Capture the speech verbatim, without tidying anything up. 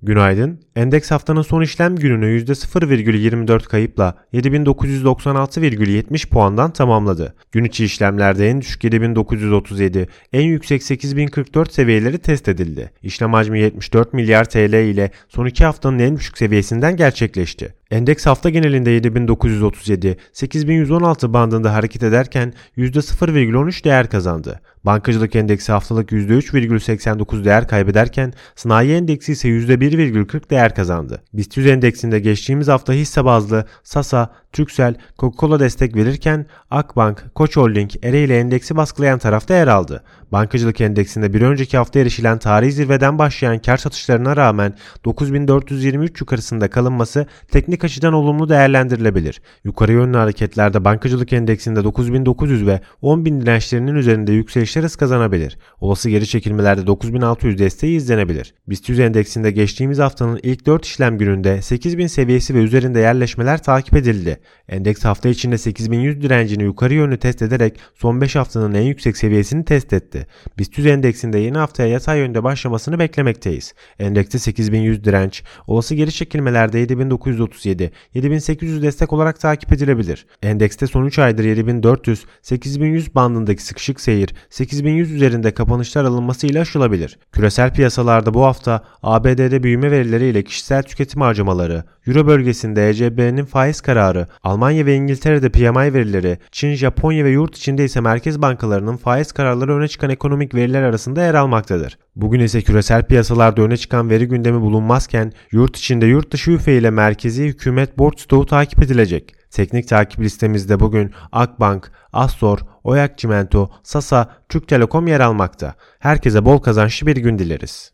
Günaydın. Endeks haftanın son işlem gününü yüzde sıfır virgül yirmi dört kayıpla yedi bin dokuz yüz doksan altı virgül yetmiş puandan tamamladı. Gün içi işlemlerde en düşük yedi bin dokuz yüz otuz yedi, en yüksek sekiz bin kırk dört seviyeleri test edildi. İşlem hacmi yetmiş dört milyar T L ile son iki haftanın en düşük seviyesinden gerçekleşti. Endeks hafta genelinde yedi bin dokuz yüz otuz yedi, sekiz bin yüz on altı bandında hareket ederken yüzde sıfır virgül on üç değer kazandı. Bankacılık endeksi haftalık yüzde üç virgül seksen dokuz değer kaybederken sanayi endeksi ise yüzde bir virgül kırk değer kazandı. BIST yüz endeksinde geçtiğimiz hafta hisse bazlı Sasa, Turkcell, Coca-Cola destek verirken Akbank, Koç Holding, Ereğli endeksi baskılayan tarafta yer aldı. Bankacılık endeksinde bir önceki hafta erişilen tarihi zirveden başlayan kar satışlarına rağmen dokuz bin dört yüz yirmi üç yukarısında kalınması teknik açıdan olumlu değerlendirilebilir. Yukarı yönlü hareketlerde bankacılık endeksinde dokuz bin dokuz yüz ve on bin dirençlerinin üzerinde yükselişler hız kazanabilir. Olası geri çekilmelerde dokuz bin altı yüz desteği izlenebilir. BIST yüz endeksinde geçtiğimiz haftanın ilk dört işlem gününde sekiz bin seviyesi ve üzerinde yerleşmeler takip edildi. Endeks hafta içinde sekiz bin yüz direncini yukarı yönlü test ederek son beş haftanın en yüksek seviyesini test etti. BIST yüz endeksinde yeni haftaya yatay yönde başlamasını beklemekteyiz. Endekste sekiz bin yüz direnç, olası geri çekilmelerde yedi bin dokuz yüz otuz yedi, yedi bin sekiz yüz destek olarak takip edilebilir. Endekste son üç aydır yedi bin dört yüz, sekiz bin yüz bandındaki sıkışık seyir, sekiz bin yüz üzerinde kapanışlar alınmasıyla aşılabilir. Küresel piyasalarda bu hafta A B D'de büyüme verileri ile kişisel tüketim harcamaları, Euro bölgesinde E C B'nin faiz kararı, Almanya ve İngiltere'de P M I verileri, Çin, Japonya ve yurt içinde ise merkez bankalarının faiz kararları öne çıkan ekonomik veriler arasında yer almaktadır. Bugün ise küresel piyasalarda öne çıkan veri gündemi bulunmazken yurt içinde yurt dışı üfe ile merkezi hükümet borç stoğu takip edilecek. Teknik takip listemizde bugün Akbank, Astor, Oyak Çimento, Sasa, Türk Telekom yer almakta. Herkese bol kazançlı bir gün dileriz.